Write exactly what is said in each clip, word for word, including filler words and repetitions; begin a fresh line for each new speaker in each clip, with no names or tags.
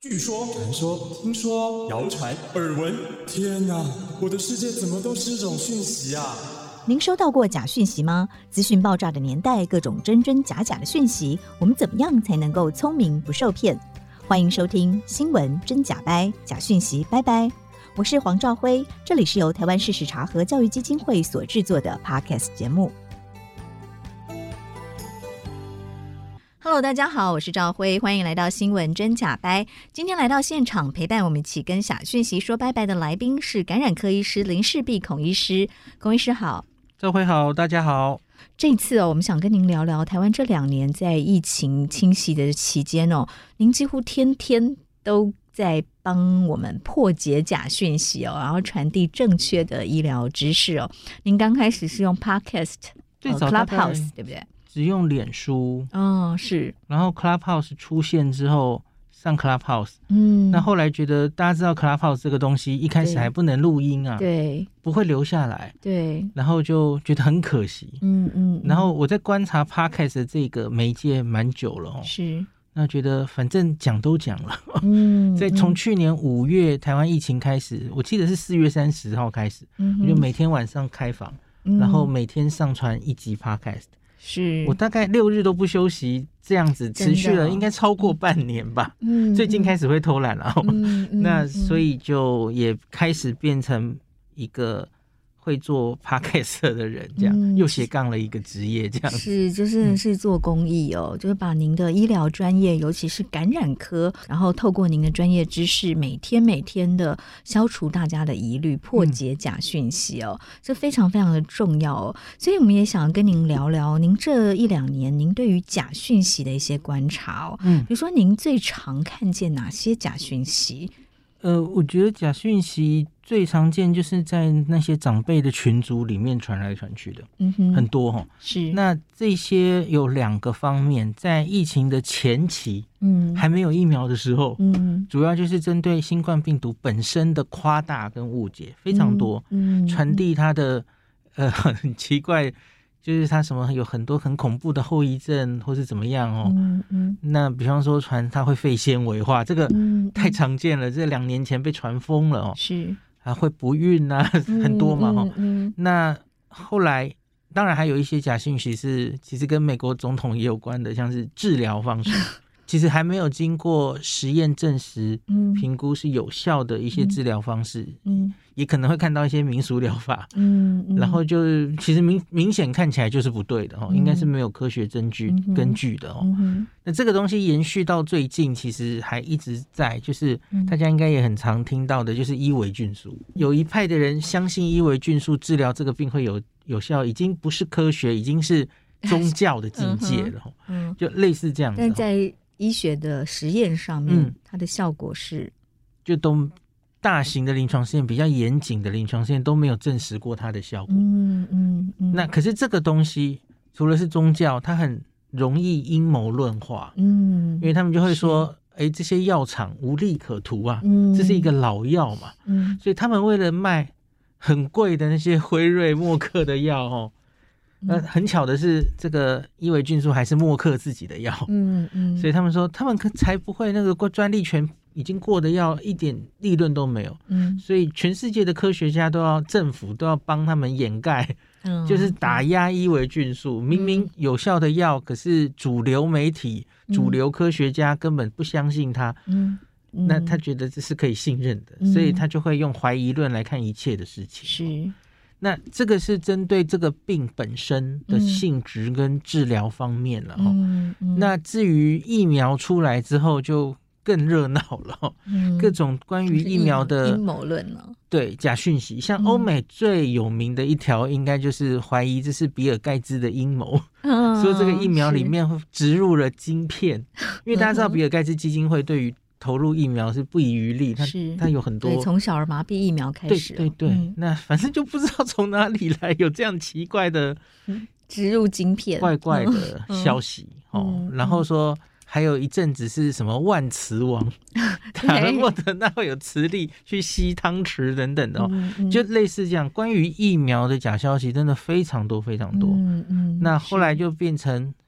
据说、传说、听说、谣传、耳闻，天哪，我的世界怎么都是这种讯息啊！
您收到过假讯息吗？资讯爆炸的年代，各种真真假假的讯息，我们怎么样才能够聪明不受骗？欢迎收听新闻真假掰，假讯息拜拜。我是黄兆辉，这里是由台湾事实查核教育基金会所制作的 Podcast 节目。Hello， 大家好，我是兆辉，欢迎来到新闻真假掰。今天来到现场陪伴我们一起跟假讯息说拜拜的来宾是感染科医师林氏璧孔医师。孔医师好。
兆辉好，大家好。
这一次哦，我们想跟您聊聊台湾这两年在疫情侵袭的期间哦，您几乎天天都在帮我们破解假讯息哦，然后传递正确的医疗知识哦。您刚开始是用 Podcast，
最早
Clubhouse 对不对？
只用脸书
哦，是。
然后 Clubhouse 出现之后上 Clubhouse，
嗯，
那后来觉得大家知道 Clubhouse 这个东西一开始还不能录音啊，
对，
不会留下来，
对，
然后就觉得很可惜，
嗯 嗯, 嗯。
然后我在观察 Podcast 的这个媒介蛮久了哦，
是。
那觉得反正讲都讲了，
嗯，
在从去年五月台湾疫情开始，我记得是四月三十号开始，嗯，我就每天晚上开房，嗯，然后每天上传一集 Podcast。
是，
我大概六日都不休息，这样子持续了应该超过半年吧。嗯，最近开始会偷懒了，嗯嗯，那所以就也开始变成一个会做 podcast 的人，这样，嗯，又斜杠了一个职业，这样子
是，就是是做公益哦，嗯，就是把您的医疗专业，尤其是感染科，然后透过您的专业知识，每天每天的消除大家的疑虑，破解假讯息哦，嗯，这非常非常的重要哦。所以我们也想跟您聊聊，您这一两年您对于假讯息的一些观察哦，嗯，比如说您最常看见哪些假讯息？
呃，我觉得假讯息最常见就是在那些长辈的群组里面传来传去的，嗯哼，很多齁。
是。
那这些有两个方面，在疫情的前期，嗯，还没有疫苗的时候，嗯，主要就是针对新冠病毒本身的夸大跟误解非常多，嗯，传递它的呃很奇怪。就是他什么有很多很恐怖的后遗症或是怎么样哦，嗯嗯，那比方说传他会肺纤维化，这个太常见了，这两年前被传疯了哦，
是
啊会不孕啊，很多嘛哦，嗯嗯，那后来当然还有一些假讯息是其实跟美国总统也有关的，像是治疗方式其实还没有经过实验证实评估是有效的一些治疗方式，嗯，也可能会看到一些民俗疗法，嗯，嗯，然后就是其实明明显看起来就是不对的哦，嗯，应该是没有科学证据，嗯，根据的哦，嗯，那这个东西延续到最近其实还一直在，就是大家应该也很常听到的就是伊维菌素，有一派的人相信伊维菌素治疗这个病会有有效，已经不是科学，已经是宗教的境界了，嗯，就类似这样的，
但在医学的实验上面，嗯，它的效果是
就都大型的临床试验比较严谨的临床试验都没有证实过它的效果，嗯嗯嗯，那可是这个东西除了是宗教，它很容易阴谋论化，嗯，因为他们就会说哎，这些药厂无利可图啊，嗯，这是一个老药嘛，嗯，所以他们为了卖很贵的那些辉瑞默克的药哦，呃，很巧的是，这个伊维菌素还是默克自己的药，嗯嗯，所以他们说他们才不会那个专利权已经过的药一点利润都没有，嗯，所以全世界的科学家都要政府都要帮他们掩盖，嗯，就是打压伊维菌素，明明有效的药，可是主流媒体、嗯、主流科学家根本不相信它，嗯。那他觉得这是可以信任的，嗯，所以他就会用怀疑论来看一切的事情。
是，
那这个是针对这个病本身的性质跟治疗方面了，嗯嗯，那至于疫苗出来之后就更热闹了，嗯，各种关于疫苗的
阴谋论了，
对，假讯息，像欧美最有名的一条应该就是怀疑这是比尔盖茨的阴谋，嗯，说这个疫苗里面植入了晶片，因为大家知道比尔盖茨基金会对于投入疫苗是不遗余力，它它有很多
对从小儿麻痹疫苗开始，
对对对，嗯，那反正就不知道从哪里来有这样奇怪的
植入晶片
怪怪的消息，嗯哦，然后说还有一阵子是什么万磁王打了莫德纳会有磁力去吸汤匙等等的，哦嗯嗯，就类似这样关于疫苗的假消息真的非常多非常多，嗯嗯，那后来就变成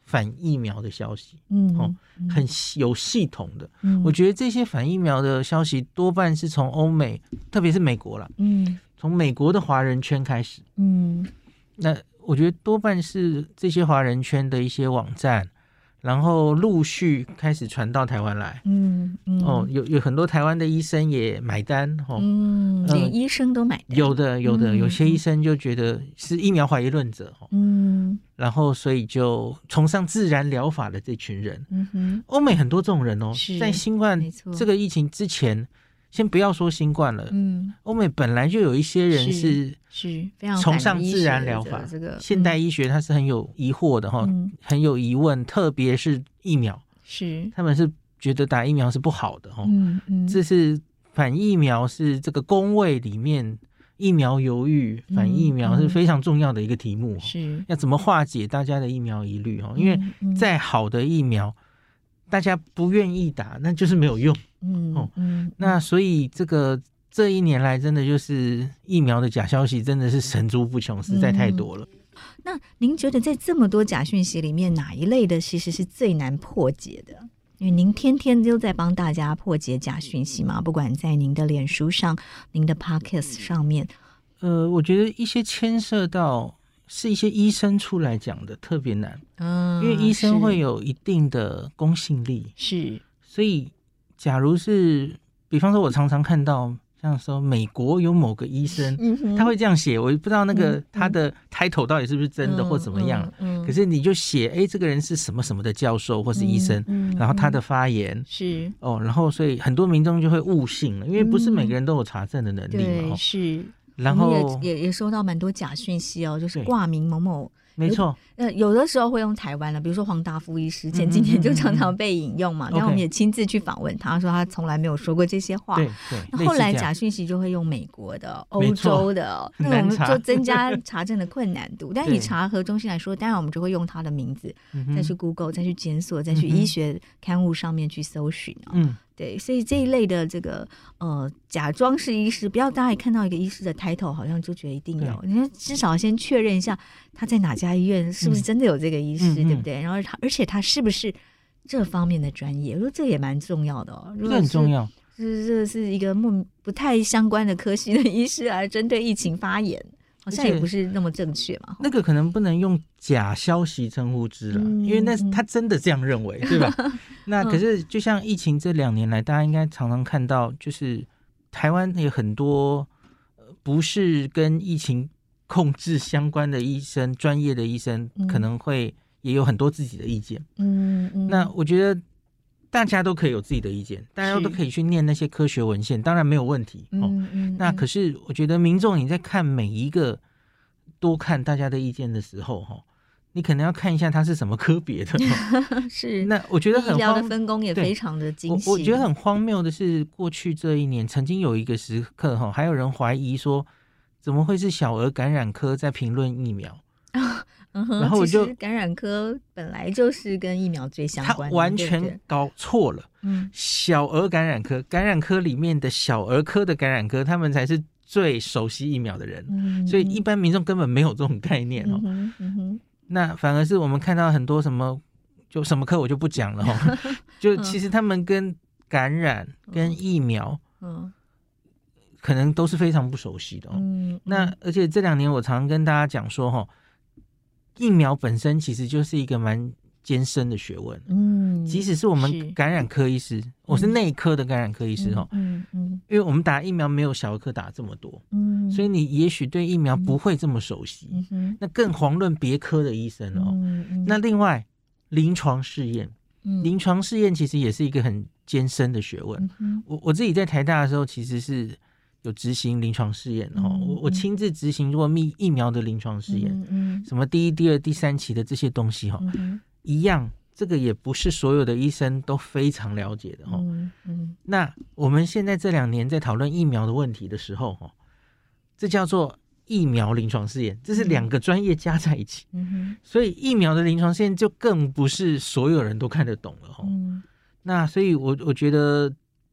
反疫苗的消息，
嗯，
哦，很有系统的。
嗯，
我觉得这些反疫苗的消息多半是从欧美，特别是美国啦，嗯，从美国的华人圈开始，嗯，那我觉得多半是这些华人圈的一些网站，然后陆续开始传到台湾来，嗯嗯，哦，有有很多台湾的医生也买单，哦，
嗯，连医生都买单，
有的有的，嗯，有些医生就觉得是疫苗怀疑论者，嗯，然后所以就崇尚自然疗法的这群人，嗯哼，欧美很多这种人哦，在新冠这个疫情之前。先不要说新冠了，嗯，欧美本来就有一些人是
是非常
崇尚自然疗法，这个现代医学它是很有疑惑的哈，嗯，很有疑问，特别是疫苗，是他们是觉得打疫苗是不好的哈，嗯嗯，这是反疫苗是这个公卫里面疫苗犹豫，反疫苗是非常重要的一个题目，是要怎么化解大家的疫苗疑虑哈，因为再好的疫苗，大家不愿意打，那就是没有用。嗯哦嗯，那所以这个这一年来，真的就是疫苗的假消息真的是层出不穷，实在太多了。
嗯，那您觉得在这么多假讯息里面，哪一类的其实是最难破解的？因为您天天都在帮大家破解假讯息嘛，不管在您的脸书上、您的 Podcast 上面。
呃，我觉得一些牵涉到是一些医生出来讲的特别难，嗯，因为医生会有一定的公信力，是，所以。假如是比方说我常常看到像说美国有某个医生、嗯、他会这样写，我不知道那个他的 title 到底是不是真的或怎么样、嗯嗯嗯、可是你就写哎，这个人是什么什么的教授或是医生、嗯嗯、然后他的发言是哦，然后所以很多民众就会误信了，因为不是每个人都有查证的能力嘛、嗯、是，然后
也 也, 也收到蛮多假讯息哦，就是挂名某某，
没错，
呃，有的时候会用台湾的，比如说黄大夫医师，前几年就常常被引用嘛，然后、嗯、我们也亲自去访问他，说他从来没有说过这些话。对对。那后来假讯息就会用美国的、欧洲的，那我们就增加查证的困难度。但以查核中心来说，当然我们就会用他的名字，再去 Google， 再去检索，再去医学刊物上面去搜寻、哦、嗯。对，所以这一类的这个呃假装是医师，不要大家一看到一个医师的 title 好像就觉得一定有，你说至少先确认一下他在哪家医院是不是真的有这个医师、嗯、对不对？然后他而且他是不是这方面的专业，我说这也蛮重要的哦。
这很重要，
是这是一个不太相关的科系的医师来针对疫情发言，好像也不是那么正确嘛。
那个可能不能用假消息称呼之了、嗯、因为那他真的这样认为，对吧？那可是就像疫情这两年来，大家应该常常看到，就是台湾有很多不是跟疫情控制相关的医生，专业的医生可能会也有很多自己的意见。嗯嗯。那我觉得大家都可以有自己的意见，大家都可以去念那些科学文献，当然没有问题。嗯嗯嗯。那可是我觉得民众你在看每一个多看大家的意见的时候，哈。你可能要看一下它是什么科别的
是，
那我觉得很
医疗的分工也非常的精细。
我, 我觉得很荒谬的是，过去这一年曾经有一个时刻还有人怀疑说怎么会是小儿感染科在评论疫苗、
嗯、然后我就其实感染科本来就是跟疫苗最相关的，
他完全搞错了。嗯，小儿感染科感染科里面的小儿科的感染科，他们才是最熟悉疫苗的人、嗯、所以一般民众根本没有这种概念哦。嗯哼嗯哼，那反而是我们看到很多什么就什么科我就不讲了、哦、就其实他们跟感染、嗯、跟疫苗、嗯、可能都是非常不熟悉的、哦嗯、那而且这两年我常跟大家讲说、哦、疫苗本身其实就是一个蛮艰深的学问，嗯，即使是我们感染科医师，我是内科的感染科医师、哦、嗯嗯，因为我们打疫苗没有小儿科打这么多，嗯，所以你也许对疫苗不会这么熟悉，嗯，那更遑论别科的医生哦。嗯、那另外临床试验，嗯，临床试验其实也是一个很艰深的学问。嗯、我我自己在台大的时候其实是有执行临床试验、哦嗯、我我亲自执行过疫苗的临床试验，嗯嗯，什么第一、第二、第三期的这些东西、哦嗯一样，这个也不是所有的医生都非常了解的、哦嗯嗯、那我们现在这两年在讨论疫苗的问题的时候、哦、这叫做疫苗临床试验，这是两个专业加在一起、嗯、所以疫苗的临床试验就更不是所有人都看得懂了、哦嗯、那所以我我觉得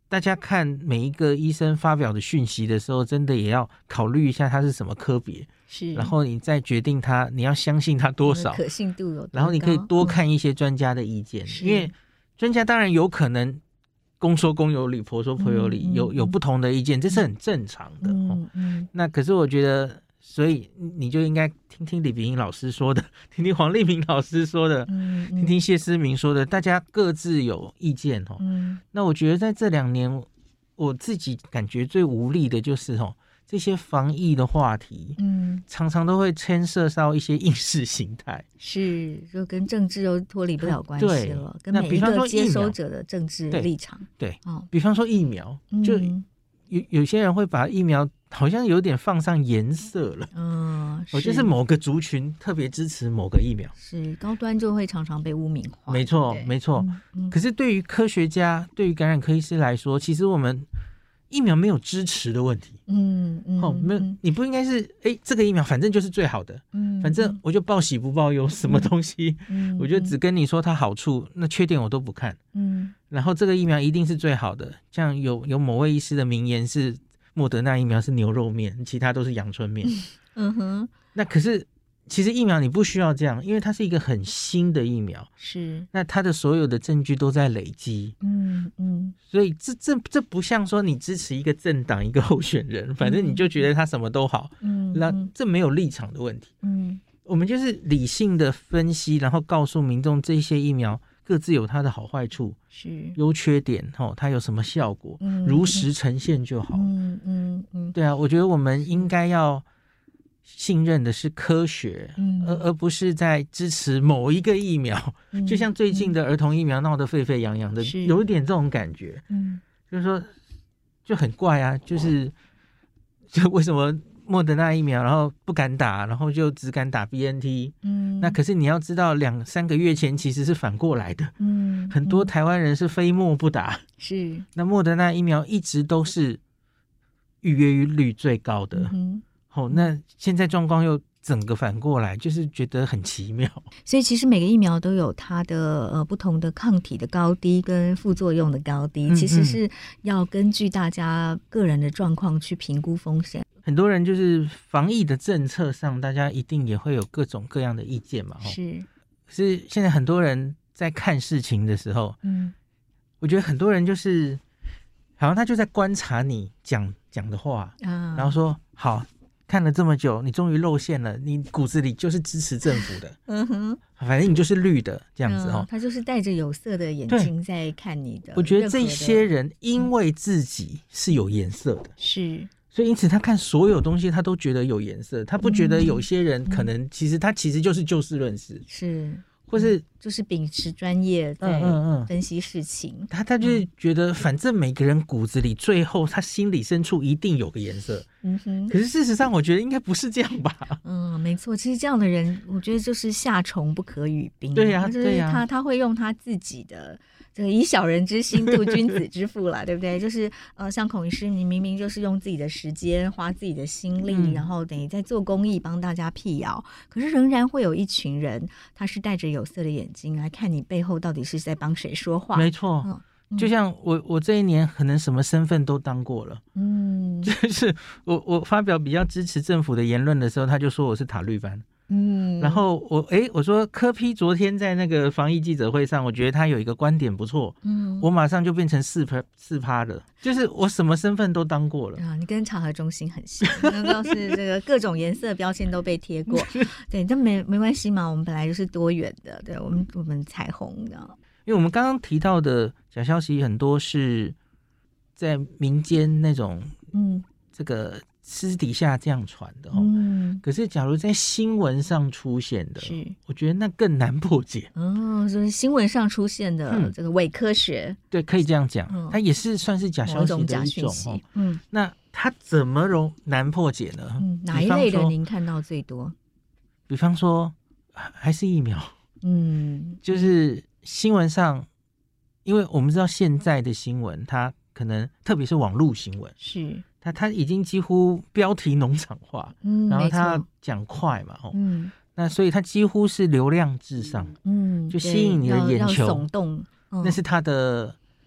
大家看每一个医生发表的讯息的时候，真的也要考虑一下他是什么科别，是，然后你再决定他，你要相信他多少，
可信度有多高，
然后你可以多看一些专家的意见，嗯、因为专家当然有可能公说公有理，婆说婆有理，嗯、有有不同的意见，这是很正常的。嗯嗯、那可是我觉得，所以你就应该听听李炳英老师说的，听听黄立明老师说的，嗯嗯、听听谢思明说的，大家各自有意见哦。嗯、那我觉得在这两年，我自己感觉最无力的就是哦，这些防疫的话题，嗯，常常都会牵涉到一些意识形态，是，
就跟政治又脱离不了关系了，跟每一个接收者的政治立场，
对，对哦、比方说疫苗，就有有些人会把疫苗好像有点放上颜色了，嗯，我就是某个族群特别支持某个疫苗，
是高端就会常常被污名化，
没错，没错。嗯嗯、可是对于科学家，对于感染科医师来说，其实我们疫苗没有支持的问题，嗯嗯，哦，没有，你不应该是哎，这个疫苗反正就是最好的，嗯，反正我就报喜不报忧，什么东西，嗯，我就只跟你说它好处，那缺点我都不看，嗯，然后这个疫苗一定是最好的，像有有某位医师的名言是莫德纳疫苗是牛肉面，其他都是阳春面，嗯哼，那可是。其实疫苗你不需要这样，因为它是一个很新的疫苗，是那它的所有的证据都在累积，嗯嗯，所以这这这不像说你支持一个政党一个候选人，反正你就觉得他什么都好，嗯，那这没有立场的问题，嗯，我们就是理性的分析，然后告诉民众这些疫苗各自有它的好坏处，是优缺点，哦，它有什么效果，嗯，如实呈现就好，嗯嗯嗯，对啊，我觉得我们应该要。信任的是科学，嗯、而而不是在支持某一个疫苗，嗯、就像最近的儿童疫苗闹得沸沸扬扬的，嗯、有一点这种感觉，嗯、就是说就很怪啊，就是就为什么莫德纳疫苗然后不敢打，然后就只敢打 B N T，嗯、那可是你要知道两三个月前其实是反过来的，嗯、很多台湾人是非莫不打，是那莫德纳疫苗一直都是预约率最高的。嗯哦，那现在状况又整个反过来，就是觉得很奇妙。
所以其实每个疫苗都有它的呃不同的抗体的高低跟副作用的高低，嗯嗯其实是要根据大家个人的状况去评估风险。
很多人就是防疫的政策上，大家一定也会有各种各样的意见嘛。是，可是现在很多人在看事情的时候，嗯，我觉得很多人就是好像他就在观察你讲讲的话，啊、然后说好。看了这么久，你终于露馅了，你骨子里就是支持政府的，嗯哼，反正你就是绿的这样子哦、嗯。
他就是戴着有色的眼睛在看你的。
我觉得这些人因为自己是有颜色的，是、嗯，所以因此他看所有东西他都觉得有颜色，他不觉得有些人可能其实他其实就是就事论事，是。或是、嗯、
就是秉持专业在分析事情，嗯嗯嗯、
他他就是觉得反正每个人骨子里最后他心里深处一定有个颜色，嗯哼。可是事实上我觉得应该不是这样吧？
嗯，没错，其实这样的人我觉得就是夏虫不可语冰，
对呀、啊，对呀、
啊，他他会用他自己的。这个以小人之心度君子之腹啦，对不对？就是呃，像孔医师，你明明就是用自己的时间，花自己的心力，嗯、然后等于在做公益，帮大家辟谣，可是仍然会有一群人，他是戴着有色的眼睛来看你背后到底是在帮谁说话。
没错，嗯、就像我我这一年可能什么身份都当过了，嗯，就是我我发表比较支持政府的言论的时候，他就说我是塔绿班。嗯，然后我哎，我说柯 P 昨天在那个防疫记者会上，我觉得他有一个观点不错，嗯，我马上就变成四趴四趴了，就是我什么身份都当过了
啊。你跟查核中心很像，那都是这个各种颜色标签都被贴过，对，但没没关系嘛，我们本来就是多元的，对我们我们彩虹的。
因为我们刚刚提到的假消息很多是在民间那种，嗯，这个。私底下这样传的、哦嗯、可是假如在新闻上出现的，是我觉得那更难破解
哦。就是新闻上出现的这个伪科学，
嗯、对，可以这样讲，嗯、它也是算是假消息的一种哦。嗯，那它怎么容难破解呢？
嗯，哪一类的您看到最多？
比方说，还是疫苗，嗯，就是新闻上，因为我们知道现在的新闻，它可能特别是网络新闻是。他他已经几乎标题农场化，嗯，然后他讲快嘛，嗯，那所以他几乎是流量至上，嗯，就吸引你的眼球，
耸动，
嗯、那是他的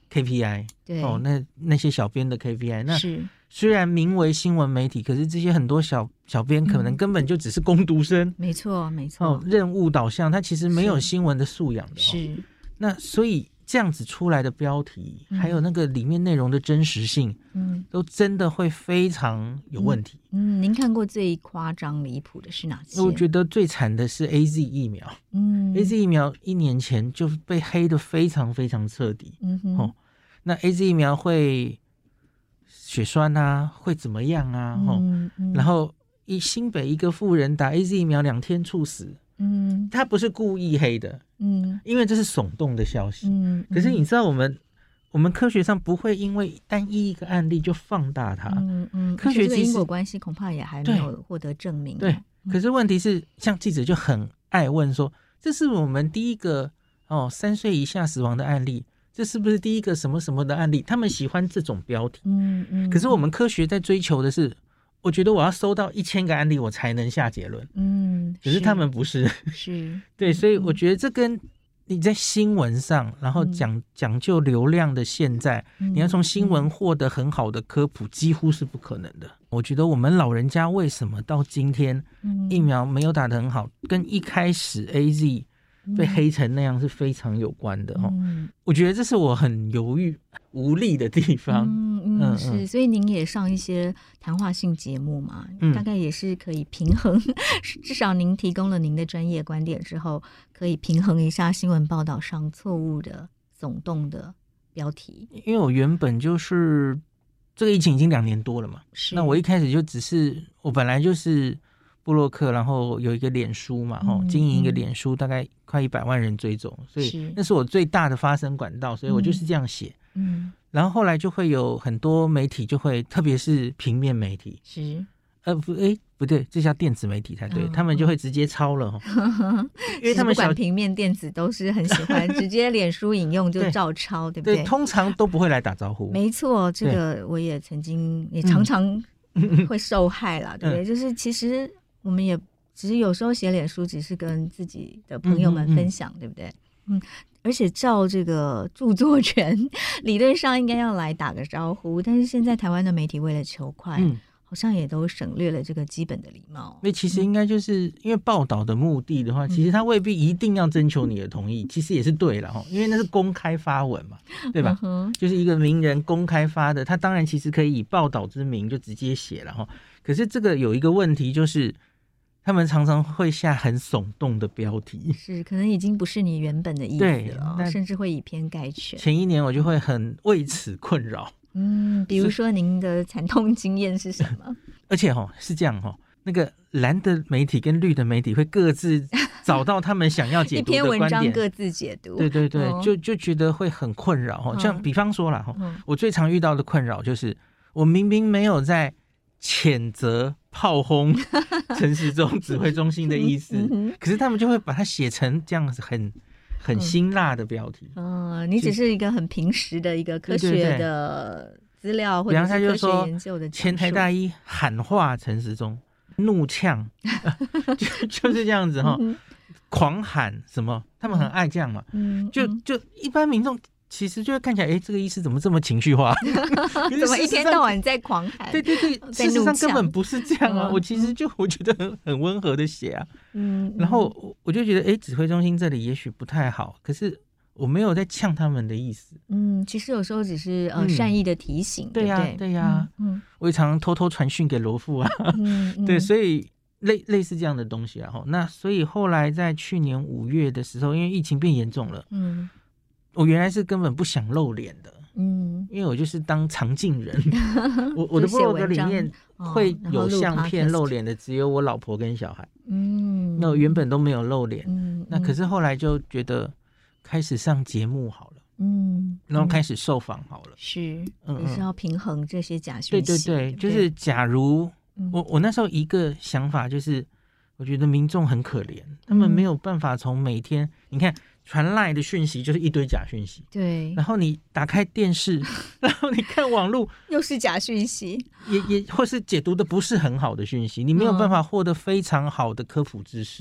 K P I，
对
哦，那那些小编的 K P I， 那
是
虽然名为新闻媒体，可是这些很多小小编可能根本就只是工读生，
嗯、没错没错、
哦，任务导向，他其实没有新闻的素养的、哦，
是。
那所以这样子出来的标题，嗯、还有那个里面内容的真实性，嗯，都真的会非常有问题。
嗯，嗯您看过最夸张离谱的是哪些？
我觉得最惨的是 A Z 疫苗，嗯 ，A Z 疫苗一年前就被黑得非常非常彻底，嗯哼，哦，那 A Z 疫苗会血栓啊，会怎么样啊？哦，嗯嗯、然后一新北一个妇人打 A Z 疫苗两天猝死。嗯，他不是故意黑的，嗯，因为这是耸动的消息，嗯，可是你知道我们我们科学上不会因为单一一个案例就放大它，嗯嗯，科学其实
因果关系恐怕也还没有获得证明，
对，嗯、可是问题是，像记者就很爱问说，这是我们第一个哦三岁以下死亡的案例，这是不是第一个什么什么的案例？他们喜欢这种标题，嗯嗯，可是我们科学在追求的是。我觉得我要收到一千个案例，我才能下结论。嗯，可是他们不是，
是
对，所以我觉得这跟你在新闻上，然后讲讲究流量的现在，嗯、你要从新闻获得很好的科普，几乎是不可能的。我觉得我们老人家为什么到今天疫苗没有打得很好，跟一开始 A Z 被黑成那样是非常有关的哦。嗯、我觉得这是我很犹豫无力的地方。
嗯嗯，是，所以您也上一些谈话性节目嘛，嗯、大概也是可以平衡，至少您提供了您的专业观点之后，可以平衡一下新闻报道上错误的、耸动的标题。
因为我原本就是这个疫情已经两年多了嘛，那我一开始就只是我本来就是部落客，然后有一个脸书嘛，嗯、经营一个脸书，大概快一百万人追踪，所以那是我最大的发声管道，所以我就是这样写。嗯，然后后来就会有很多媒体就会，特别是平面媒体，
是
呃不哎不对，这叫电子媒体才对，哦、他们就会直接抄了，哦、因为他们
不管平面电子都是很喜欢直接脸书引用就照抄，对, 对不对？
对，通常都不会来打招呼。
没错，这个我也曾经也常常会受害啦，嗯、对不对？就是其实我们也只是有时候写脸书，只是跟自己的朋友们分享，嗯嗯嗯对不对？嗯。而且照这个著作权理论上应该要来打个招呼，但是现在台湾的媒体为了求快，嗯、好像也都省略了这个基本的礼貌。
那其实应该就是因为报道的目的的话，嗯、其实他未必一定要征求你的同意，嗯、其实也是对了，因为那是公开发文嘛，对吧？嗯、就是一个名人公开发的，他当然其实可以以报道之名就直接写了，可是这个有一个问题就是。他们常常会下很耸动的标题，
是可能已经不是你原本的意思了，甚至会以偏概全。
前一年我就会很为此困扰。
嗯，比如说您的惨痛经验是什么？
而且哦，是这样哦，那个蓝的媒体跟绿的媒体会各自找到他们想要解读的观点，一篇文章
各自解读。
对对对，哦、就就觉得会很困扰哦。像比方说啦，哦、我最常遇到的困扰就是，我明明没有在谴责炮轰陈时中指挥中心的意思，嗯、可是他们就会把它写成这样子很很辛辣的标题。
嗯、呃，你只是一个很平实的一个科学的资料，或者是科学研究的。
前台大一喊话陈时中，怒呛，就就是这样子哈，嗯、狂喊什么？他们很爱这样嘛。嗯，就就一般民众。其实就会看起来，哎，这个医师怎么这么情绪化？
怎么一天到晚在狂喊？
对对对，事实上根本不是这样啊！嗯、我其实就我觉得很很温和的写啊，嗯，然后我就觉得，哎，指挥中心这里也许不太好，可是我没有在呛他们的意思。
嗯，其实有时候只是呃、嗯、善意的提醒，
对呀、啊、对呀、啊，嗯，嗯我也常常偷偷传讯给罗父啊，嗯嗯、对，所以类类似这样的东西啊，那所以后来在去年五月的时候，因为疫情变严重了，嗯。我原来是根本不想露脸的，嗯，因为我就是当常进人，我我的部落格里面会有相片露脸的只有我老婆跟小孩，嗯，那我原本都没有露脸，嗯，那可是后来就觉得开始上节目好了，嗯，然后开始受访好了，
是，嗯，也是要平衡这些假讯息，
对对对，就是假如我我那时候一个想法就是，我觉得民众很可怜，他们没有办法从每天你看。传赖的讯息就是一堆假讯息，
对。
然后你打开电视，然后你看网络，
又是假讯息，
也也或是解读的不是很好的讯息，你没有办法获得非常好的科普知识。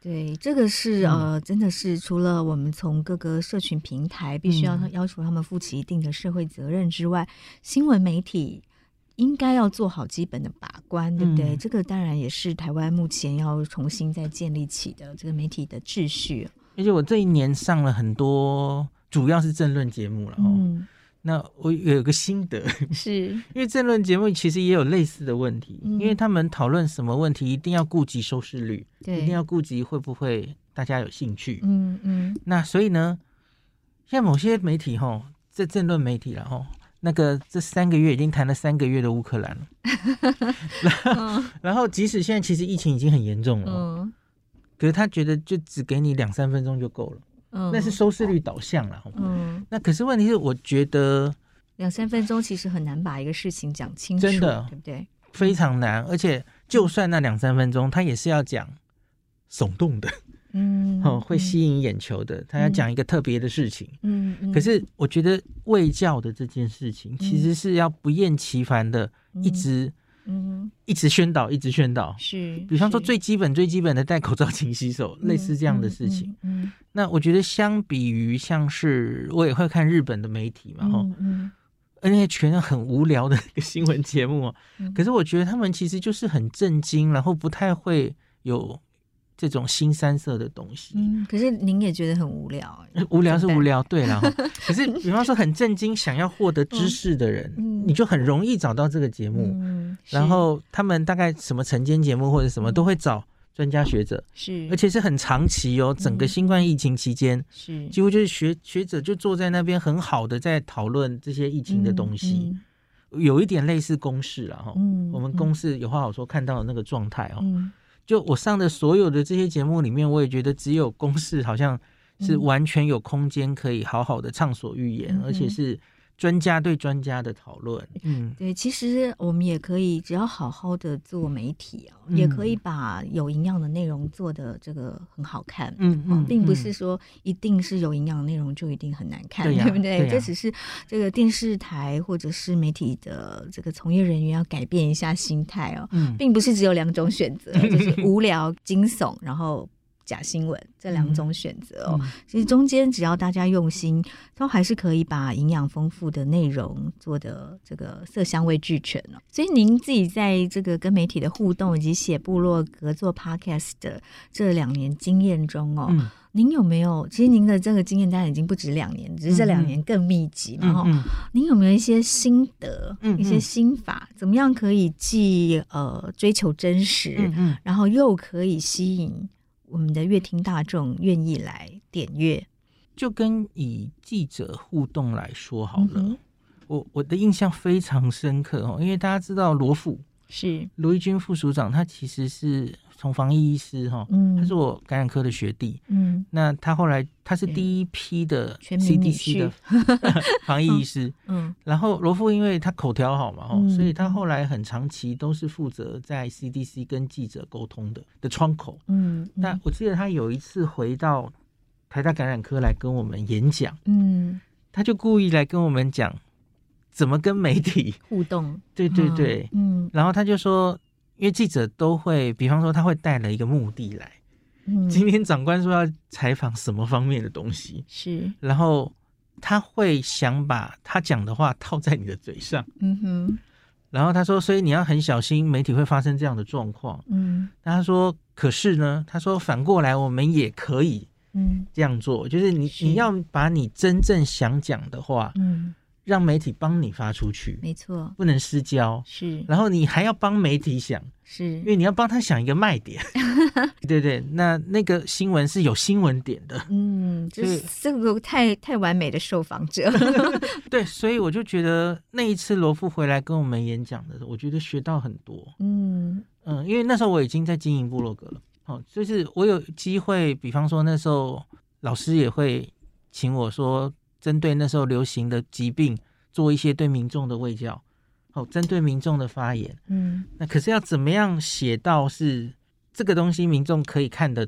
对，这个是、嗯、呃，真的是除了我们从各个社群平台必须要要求他们负起一定的社会责任之外，嗯、新闻媒体应该要做好基本的把关，对不对？嗯、这个当然也是台湾目前要重新再建立起的这个媒体的秩序。
而且我这一年上了很多，主要是政论节目了，嗯。那我有个心得，
是
因为政论节目其实也有类似的问题，嗯、因为他们讨论什么问题一定要顾及收视率，对，一定要顾及会不会大家有兴趣，嗯嗯。那所以呢，像某些媒体齁，这政论媒体啦齁，那个这三个月已经谈了三个月的乌克兰了，然后、嗯、然后即使现在其实疫情已经很严重了，嗯，可是他觉得就只给你两三分钟就够了。嗯、那是收视率导向啦，嗯，那可是问题是，我觉得
两三分钟其实很难把一个事情讲清楚，
真的，
对不对？
非常难，而且就算那两三分钟，他也是要讲耸动的，嗯，哦，会吸引眼球的，他要讲一个特别的事情，嗯嗯。可是我觉得卫教的这件事情，其实是要不厌其烦的一直。嗯，一直宣导，一直宣导，
是，
比方说最基本、最基本的戴口罩、勤洗手，嗯、类似这样的事情。嗯，嗯嗯那我觉得相比于像是我也会看日本的媒体嘛，哈、嗯嗯，而且全很无聊的一个新闻节目、嗯，可是我觉得他们其实就是很震惊，然后不太会有这种新三色的东西。
嗯，可是您也觉得很无聊？
无聊是无聊，对啦。可是比方说很震惊，想要获得知识的人，嗯、你就很容易找到这个节目。嗯，然后他们大概什么晨间节目或者什么都会找专家学者，是，而且是很长期哦，整个新冠疫情期间，是、嗯、几乎就是学学者就坐在那边很好的在讨论这些疫情的东西。嗯嗯、有一点类似公视啦，嗯，我们公视有话好说看到的那个状态哦。嗯就我上的所有的这些节目里面，我也觉得只有公视好像是完全有空间可以好好的畅所欲言，嗯、而且是专家对专家的讨论。嗯，
对，其实我们也可以只要好好的做媒体啊，嗯、也可以把有营养的内容做的这个很好看。嗯嗯、哦，并不是说一定是有营养的内容就一定很难看，对、啊、对不对？对啊、这只是这个电视台或者是媒体的这个从业人员要改变一下心态哦，嗯、并不是只有两种选择，就是无聊、惊悚，然后假新闻这两种选择哦，嗯、其实中间只要大家用心，都还是可以把营养丰富的内容做的这个色香味俱全哦。所以您自己在这个跟媒体的互动以及写部落格做 podcast 的这两年经验中哦，嗯、您有没有？其实您的这个经验当然已经不止两年，只是这两年更密集嘛。嗯嗯、您有没有一些心得、嗯嗯、一些心法，怎么样可以既呃追求真实，嗯嗯、然后又可以吸引我们的乐听大众愿意来点阅？
就跟以记者互动来说好了，嗯、我我的印象非常深刻哦，因为大家知道罗副是罗一军副署长，他其实是从防疫医师哈，嗯、他是我感染科的学弟，嗯，那他后来他是第一批的 C D C 的防疫医师，嗯，嗯然后罗副因为他口条好嘛，嗯、所以他后来很长期都是负责在 C D C 跟记者沟通的的窗口，嗯，那、嗯、我记得他有一次回到台大感染科来跟我们演讲，嗯，他就故意来跟我们讲怎么跟媒体
互动，
对对对，嗯，然后他就说，因为记者都会，比方说他会带了一个目的来，嗯，今天长官说要采访什么方面的东西，是，然后他会想把他讲的话套在你的嘴上，嗯哼，然后他说，所以你要很小心，媒体会发生这样的状况，嗯，他说，可是呢，他说反过来我们也可以。嗯，这样做就是你是你要把你真正想讲的话，嗯，让媒体帮你发出去，
没错，
不能失焦，是。然后你还要帮媒体想，是，因为你要帮他想一个卖点，对对，那那个新闻是有新闻点的，
嗯，就是这个太太完美的受访者，
对，所以我就觉得那一次罗副回来跟我们演讲的时候，我觉得学到很多，嗯嗯，因为那时候我已经在经营部落格了。哦，就是我有机会，比方说那时候老师也会请我说，针对那时候流行的疾病做一些对民众的卫教，哦，针对民众的发言，嗯，那可是要怎么样写到是这个东西民众可以看得懂，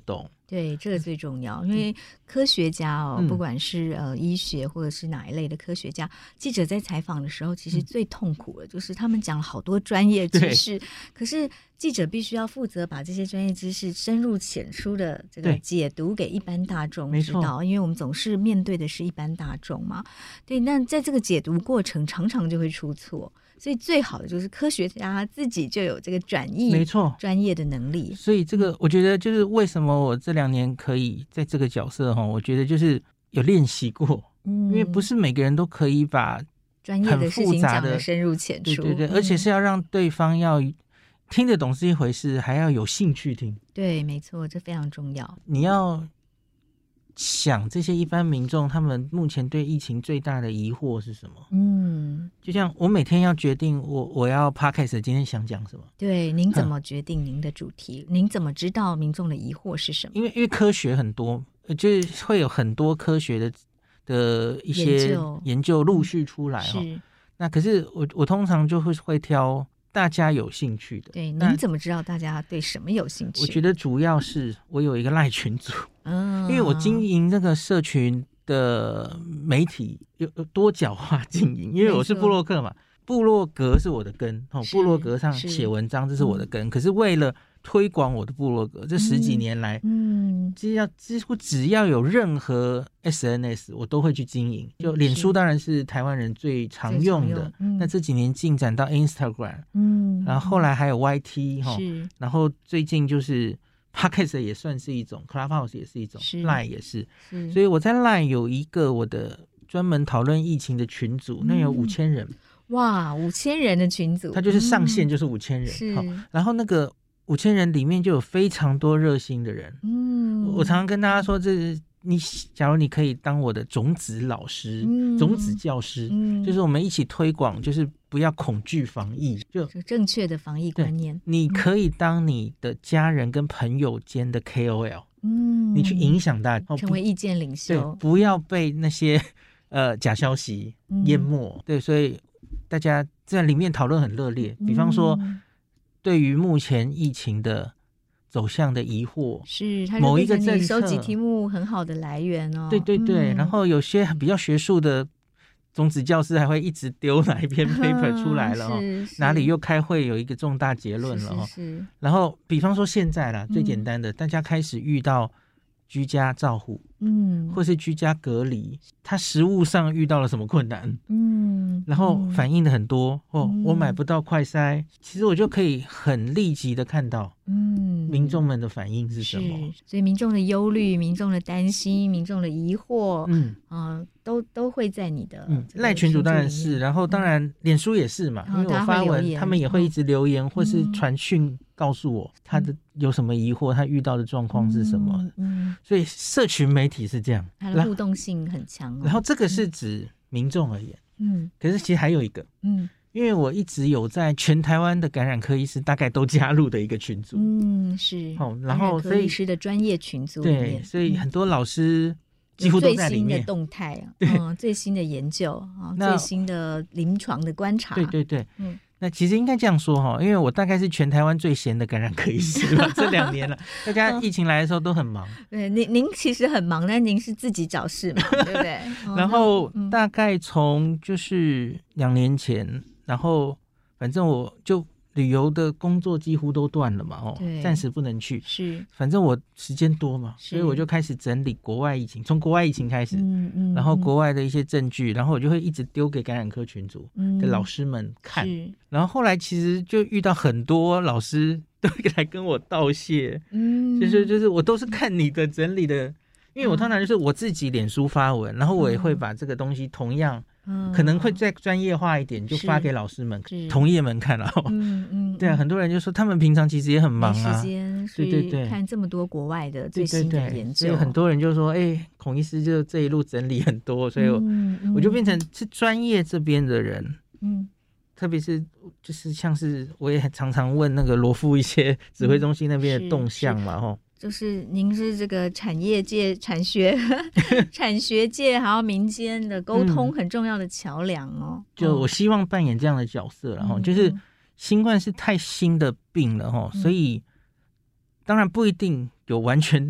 对，这个最重要，因为科学家哦，
嗯、
不管是呃医学或者是哪一类的科学家，记者在采访的时候，其实最痛苦的就是他们讲了好多专业知识，可是记者必须要负责把这些专业知识深入浅出的这个解读给一般大众知道，因为我们总是面对的是一般大众嘛。对，那在这个解读过程常常就会出错。所以最好的就是科学家自己就有这个转译没错专业的能力，
所以这个我觉得就是为什么我这两年可以在这个角色，我觉得就是有练习过、嗯、因为不是每个人都可以把
专业的事情讲得深入浅出，
对对对、嗯、而且是要让对方要听得懂是一回事，还要有兴趣听，
对，没错，这非常重要。
你要想这些一般民众他们目前对疫情最大的疑惑是什么？嗯，就像我每天要决定我我要 podcast 今天想讲什么。
对，您怎么决定您的主题？嗯、您怎么知道民众的疑惑是什么？
因为因为科学很多，就是会有很多科学的的一些研究, 研究陆续出来、嗯、是。那可是我我通常就会会挑大家有兴趣的。
对，您怎么知道大家对什么有兴趣？
我觉得主要是我有一个赖群组。嗯，因为我经营这个社群的媒体有多角化经营，因为我是部落客嘛，部落格是我的根，部落格上写文章这是我的根、嗯、可是为了推广我的部落格，这十几年来嗯，只要几乎只要有任何 S N S 我都会去经营，就脸书当然是台湾人最常用的，嗯、那这几年进展到 Instagram， 嗯，然后后来还有 Y T， 然后最近就是Podcast 也算是一种， Clubhouse 也是一种， Line 也 是, 是所以我在 Line 有一个我的专门讨论疫情的群组、嗯、那有五千人，
哇，五千人的群组，
它就是上限就是五千人、嗯、然后那个五千人里面就有非常多热心的人，嗯，我常常跟大家说，这你假如你可以当我的种子老师、嗯、种子教师、嗯、就是我们一起推广，就是不要恐惧防疫，就
正确的防疫观念，
你可以当你的家人跟朋友间的 K O L， 嗯，你去影响大家，
成为意见领袖，
对，不要被那些呃假消息淹没、嗯、对，所以大家在里面讨论很热烈，比方说、嗯、对于目前疫情的走向的疑惑，
是某一个政策，收集题目很好的来源哦。
对对对、嗯、然后有些比较学术的种子教师还会一直丢哪一篇 paper 出来了、哦嗯、哪里又开会有一个重大结论了、哦、是是是，然后比方说现在啦、嗯、最简单的，大家开始遇到居家照护，嗯，或是居家隔离，他实务上遇到了什么困难，嗯，然后反映的很多、嗯、哦，我买不到快筛，其实我就可以很立即的看到，嗯，民众们的反应是什么，
所以民众的忧虑、民众的担心、民众的疑惑，嗯啊、呃，都都会在你的
赖、嗯、群组当然是，然后当然脸书也是嘛，嗯、因为我发文，他们也会一直留言、嗯、或是传讯告诉我他的有什么疑惑，他遇到的状况是什么，嗯，嗯，所以社群媒体是这样，
它的互动性很强、哦、
然后这个是指民众而言，嗯，可是其实还有一个，嗯，因为我一直有在全台湾的感染科医师大概都加入的一个群组，
嗯，是，
哦，然后所以
感染科医师的专业群组里面，
对，所以很多老师几乎都在里面，
最新的动态啊，嗯，最新的研究啊，最新的临床的观察，
对对对，嗯。那其实应该这样说哈，因为我大概是全台湾最闲的感染科医师吧，这两年了，大家疫情来的时候都很忙。
对，您您其实很忙，但您是自己找事嘛，对不对？
然后大概从就是两年前，然后反正我就旅游的工作几乎都断了嘛，哦，暂时不能去。是，反正我时间多嘛，所以我就开始整理国外疫情，从国外疫情开始，嗯嗯，然后国外的一些证据，然后我就会一直丢给感染科群组的老师们看。嗯、然后后来其实就遇到很多老师都来跟我道谢，嗯，就是就是我都是看你的整理的，因为我通常就是我自己脸书发文，然后我也会把这个东西同样。嗯、可能会再专业化一点，就发给老师们、同业们看了。嗯嗯，对啊，很多人就说他们平常其实也很忙啊，
没时间，对对对，看这么多国外的最新的研究，
所以很多人就说，哎、欸，孔医师就这一路整理很多，所以我、嗯嗯、我就变成是专业这边的人，嗯，特别是就是像是我也常常问那个罗富一些指挥中心那边的动向嘛，吼、嗯。
就是您是这个产业界、产学、产学界还有民间的沟通很重要的桥梁哦。
就我希望扮演这样的角色了哈、嗯，就是新冠是太新的病了哈、嗯，所以当然不一定有完全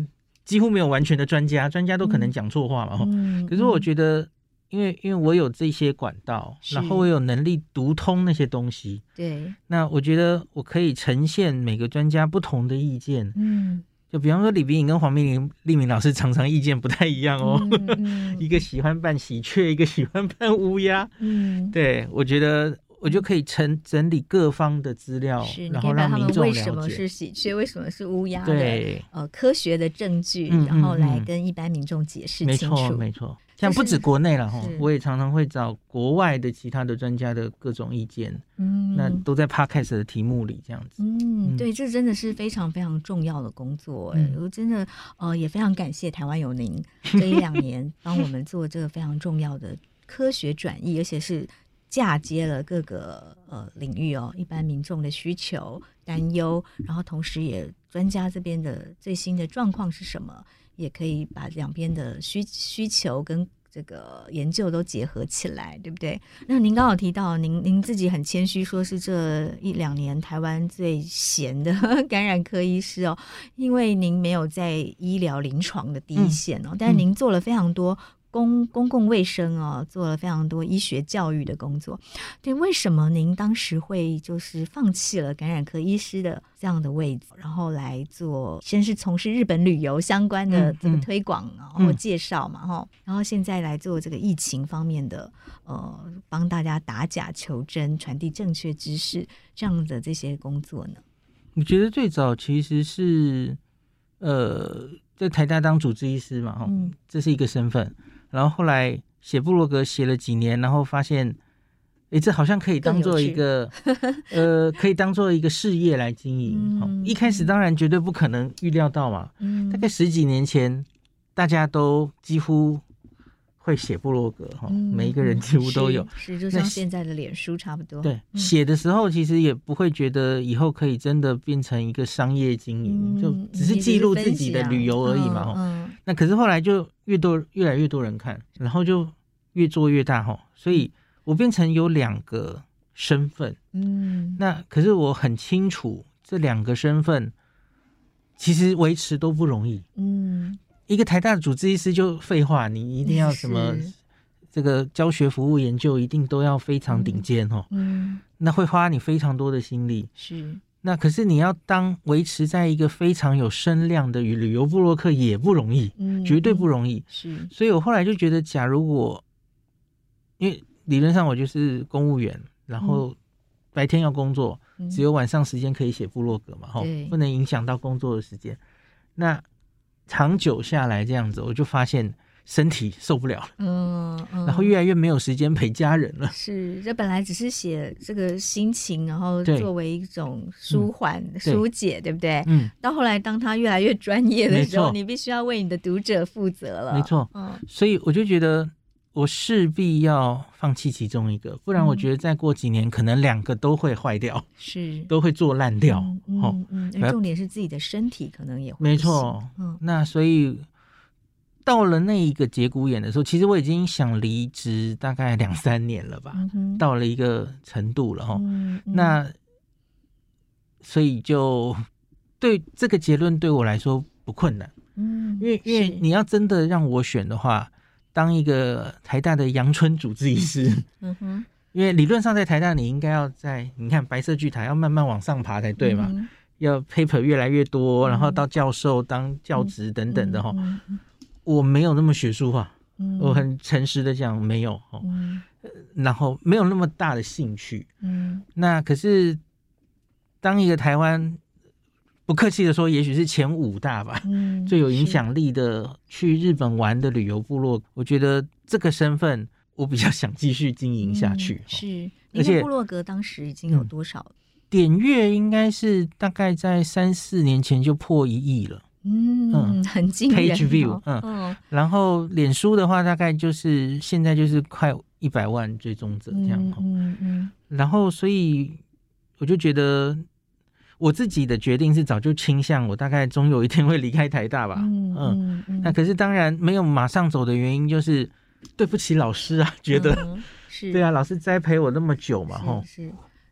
几乎没有完全的专家，专家都可能讲错话嘛、嗯、可是我觉得因为因为我有这些管道，然后我有能力读通那些东西，
对，那
我觉得我可以呈现每个专家不同的意见。嗯，就比方说李秉颖跟黄明立明老师常常意见不太一样哦，嗯嗯、一个喜欢扮喜鹊，一个喜欢扮乌鸦。嗯，对，我觉得我就可以整整理各方的资料，然后让民众了解
为什么是喜鹊，为什么是乌鸦的
对
呃科学的证据，嗯、然后来跟一般民众解释清楚。
没错，没错。像不止国内了哈，我也常常会找国外的其他的专家的各种意见，嗯，那都在 podcast 的题目里这样子。
嗯，对，这真的是非常非常重要的工作。嗯、我真的呃也非常感谢台湾有您这一两年帮我们做这个非常重要的科学转译，而且是嫁接了各个呃领域哦，一般民众的需求、担忧，然后同时也专家这边的最新的状况是什么。也可以把两边的需需求跟这个研究都结合起来，对不对？那您刚好提到您您自己很谦虚说是这一两年台湾最闲的感染科医师哦，因为您没有在医疗临床的第一线哦，嗯、但是您做了非常多公公共卫生哦，做了非常多医学教育的工作。对，为什么您当时会就是放弃了感染科医师的这样的位置，然后来做先是从事日本旅游相关的这个推广然后、嗯、介绍嘛哈、嗯，然后现在来做这个疫情方面的呃，帮大家打假求真、传递正确知识这样的这些工作呢？
我觉得最早其实是呃，在台大当主治医师嘛哈、嗯，这是一个身份。然后后来写部落格写了几年，然后发现，哎，这好像可以当做一个，呃，可以当做一个事业来经营、嗯。一开始当然绝对不可能预料到嘛，嗯、大概十几年前，大家都几乎会写部落格哈、嗯，每一个人几乎都有，
是, 是就像现在的脸书差不多。
对，嗯、写的时候其实也不会觉得以后可以真的变成一个商业经营，嗯、就只是记录自己的旅游而已嘛。嗯嗯、那可是后来就越多越来越多人看，然后就越做越大哈，所以我变成有两个身份。嗯，那可是我很清楚这两个身份其实维持都不容易。嗯。一个台大的主治医师就废话，你一定要什么这个教学服务研究一定都要非常顶尖哦，嗯，那会花你非常多的心力。
是，
那可是你要当维持在一个非常有声量的旅游部落客也不容易，嗯，绝对不容易。
是，
所以我后来就觉得，假如我因为理论上我就是公务员，然后白天要工作，嗯、只有晚上时间可以写部落格嘛，吼，不能影响到工作的时间。那长久下来这样子，我就发现身体受不了了，嗯嗯，然后越来越没有时间陪家人了。
是，这本来只是写这个心情，然后作为一种舒缓、嗯、疏解，对不对？嗯。到后来，当他越来越专业的时候，你必须要为你的读者负责了。
没错，嗯。所以我就觉得，我势必要放弃其中一个，不然我觉得再过几年，嗯、可能两个都会坏掉，
是，
都会做烂掉。
嗯嗯嗯。而重点是自己的身体可能也会。
没错，嗯。那所以。到了那一个节骨眼的时候，其实我已经想离职大概两三年了吧，嗯、到了一个程度了哈、嗯嗯。那所以就对这个结论对我来说不困难，嗯，因为因为你要真的让我选的话，当一个台大的阳春主治医师，嗯哼，因为理论上在台大你应该要在你看白色巨塔要慢慢往上爬才对嘛，嗯、要 paper 越来越多，然后到教授当教职等等的哈。嗯嗯嗯我没有那么学术化，嗯、我很诚实的讲没有、嗯、然后没有那么大的兴趣。嗯、那可是当一个台湾不客气的说，也许是前五大吧，嗯、最有影响力的去日本玩的旅游部落，我觉得这个身份我比较想继续经营下去。
嗯、是，而且部落格当时已经有多少？嗯、
点阅应该是大概在三四年前就破一亿了。
嗯, 嗯很惊人、哦、
Page view 嗯、哦、然后脸书的话大概就是现在就是快一百万追踪者这样、嗯嗯嗯、然后所以我就觉得我自己的决定是早就倾向我大概总有一天会离开台大吧。嗯嗯嗯那可是当然没有马上走的原因就是对不起老师啊，觉得、嗯、是对啊，老师栽培我那么久嘛，
是是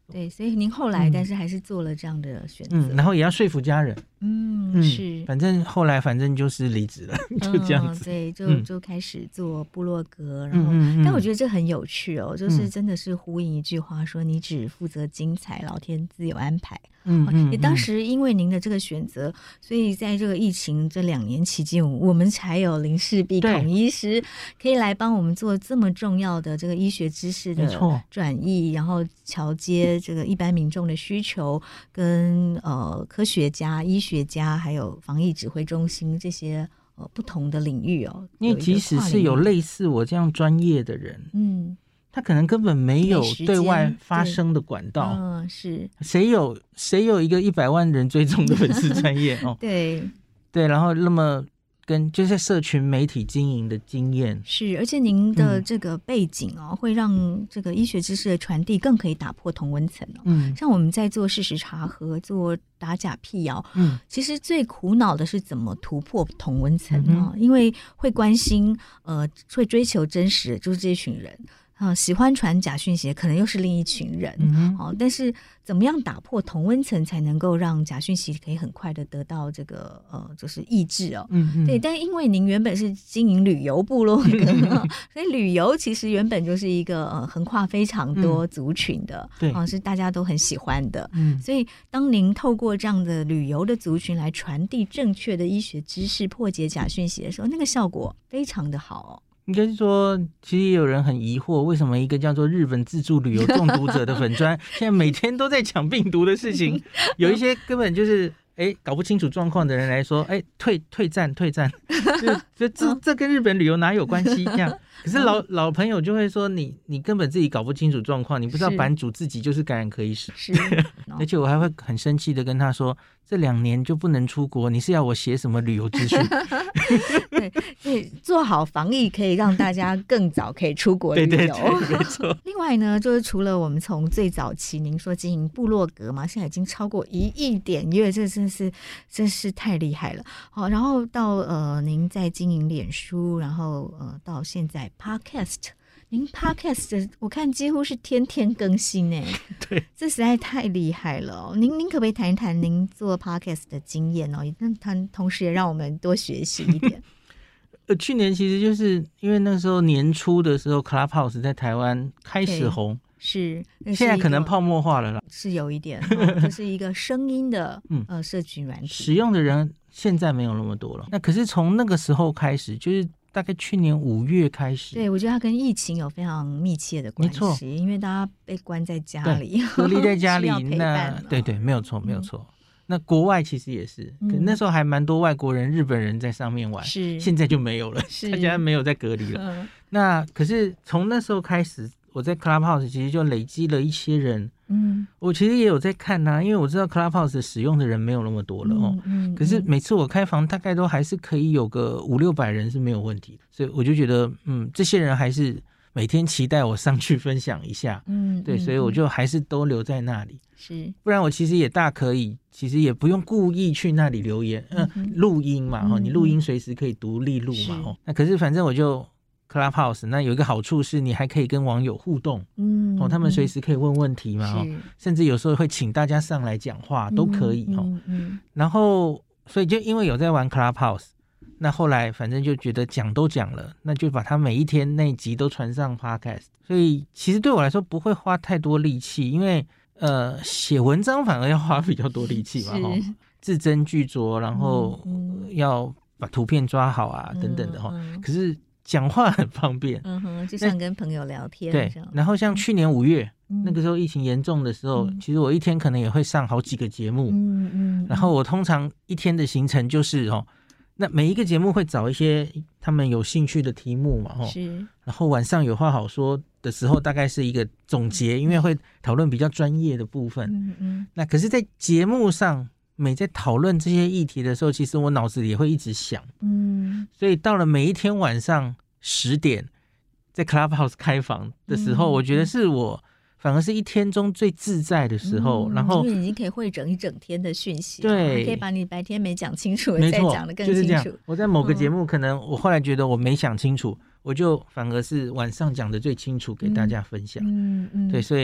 对，所以您后来、
嗯、
但是还是做了这样的选择，
嗯，然后也要说服家人，
嗯，
嗯
是，
反正后来反正就是离职了，就这样子，
嗯、对，就、
嗯、
就开始做部落格，然后、
嗯嗯嗯、
但我觉得这很有趣哦，就是真的是呼应一句话说，你只负责精彩，老天自有安排。
嗯嗯，
也当时因为您的这个选择，所以在这个疫情这两年期间，我们才有林氏璧孔医师可以来帮我们做这么重要的这个医学知识的转译，然后桥接这个一般民众的需求，跟呃科学家、医学家还有防疫指挥中心这些呃不同的领域哦。
因为即使是有类似我这样专业的人，嗯。他可能根本没有对外发声的管道，
嗯，是
谁有谁有一个一百万人追踪的粉丝专业哦？
对
对，然后那么跟就是在社群媒体经营的经验
是，而且您的这个背景哦，嗯、会让这个医学知识的传递更可以打破同温层哦。嗯，像我们在做事实查核、做打假辟谣，嗯，其实最苦恼的是怎么突破同温层哦，嗯、因为会关心呃，会追求真实的就是这群人。啊、喜欢传假讯息可能又是另一群人、嗯哦、但是怎么样打破同温层才能够让假讯息可以很快的得到这个呃就是抑制哦，嗯嗯对，但因为您原本是经营旅游部落格、哦、所以旅游其实原本就是一个呃横跨非常多族群的，对、嗯哦、是大家都很喜欢的，嗯，所以当您透过这样的旅游的族群来传递正确的医学知识，破解假讯息的时候，那个效果非常的好哦。
应该是说，其实也有人很疑惑，为什么一个叫做日本自助旅游中毒者的粉专，现在每天都在讲病毒的事情，有一些根本就是哎搞不清楚状况的人来说，哎退退战退战，就这这跟日本旅游哪有关系？这样，可是老老朋友就会说你你根本自己搞不清楚状况，你不知道版主自己就是感染科医师，
是，
而且我还会很生气的跟他说，这两年就不能出国，你是要我写什么旅游资讯？
对对，做好防疫可以让大家更早可以出国旅游。
对对对，没错。
另外呢，就是除了我们从最早期您说经营部落格嘛，现在已经超过一亿点阅，这真是真是太厉害了。好，然后到呃您在经营脸书，然后呃到现在 Podcast。您 Podcast 我看几乎是天天更新耶，
对，
这实在太厉害了、哦、您您可不可以谈一谈您做 Podcast 的经验哦？那同时也让我们多学习一点。
呃，去年其实就是因为那时候年初的时候 Clubhouse 在台湾开始红，
是
现在可能泡沫化了啦，
是有一点，哦、就是一个声音的嗯呃社群软体，
使用的人现在没有那么多了。那可是从那个时候开始，就是大概去年五月开始，
对，我觉得它跟疫情有非常密切的关系，因为大家被关在家里，
隔离在家里，那对对，没有错，没有错。嗯、那国外其实也是，可那时候还蛮多外国人、日本人在上面玩，是，现在就没有了，大家没有在隔离了。嗯、那可是从那时候开始，我在 Clubhouse 其实就累积了一些人。嗯，我其实也有在看啊，因为我知道 Clubhouse 使用的人没有那么多了哦。嗯嗯、可是每次我开房，大概都还是可以有个五六百人是没有问题的，所以我就觉得，嗯，这些人还是每天期待我上去分享一下。嗯，对，所以我就还是都留在那里。是，不然我其实也大可以，其实也不用故意去那里留言，嗯、呃，录音嘛，哈、嗯，你录音随时可以独立录嘛，哈。那可是反正我就。Clubhouse 那有一个好处是你还可以跟网友互动，嗯，哦，他们随时可以问问题嘛，哦，甚至有时候会请大家上来讲话，都可以哦。嗯嗯、然后所以就因为有在玩 Clubhouse， 那后来反正就觉得讲都讲了，那就把它每一天那一集都传上 Podcast， 所以其实对我来说不会花太多力气，因为呃写文章反而要花比较多力气嘛，哦，字斟句酌，然后、嗯嗯、要把图片抓好啊等等的哈、嗯嗯，可是。讲话很方便，嗯哼，就像跟朋友聊天。对，然后像去年五月、嗯、那个时候疫情严重的时候、嗯，其实我一天可能也会上好几个节目，嗯嗯，然后我通常一天的行程就是哦，那每一个节目会找一些他们有兴趣的题目嘛，哦，是，然后晚上有话好说的时候，大概是一个总结，因为会讨论比较专业的部分，嗯嗯，那可是，在节目上。每在讨论这些议题的时候，其实我脑子里也会一直想，嗯，所以到了每一天晚上十点，在 Clubhouse 开房的时候、嗯，我觉得是我反而是一天中最自在的时候。嗯、然后
因为已经可以汇整一整天的讯息，
对，
可以把你白天没讲清楚的再讲得更清楚。
就是这样。我在某个节目，可能我后来觉得我没想清楚，嗯、我就反而是晚上讲的最清楚，给大家分享。嗯嗯，对，所以。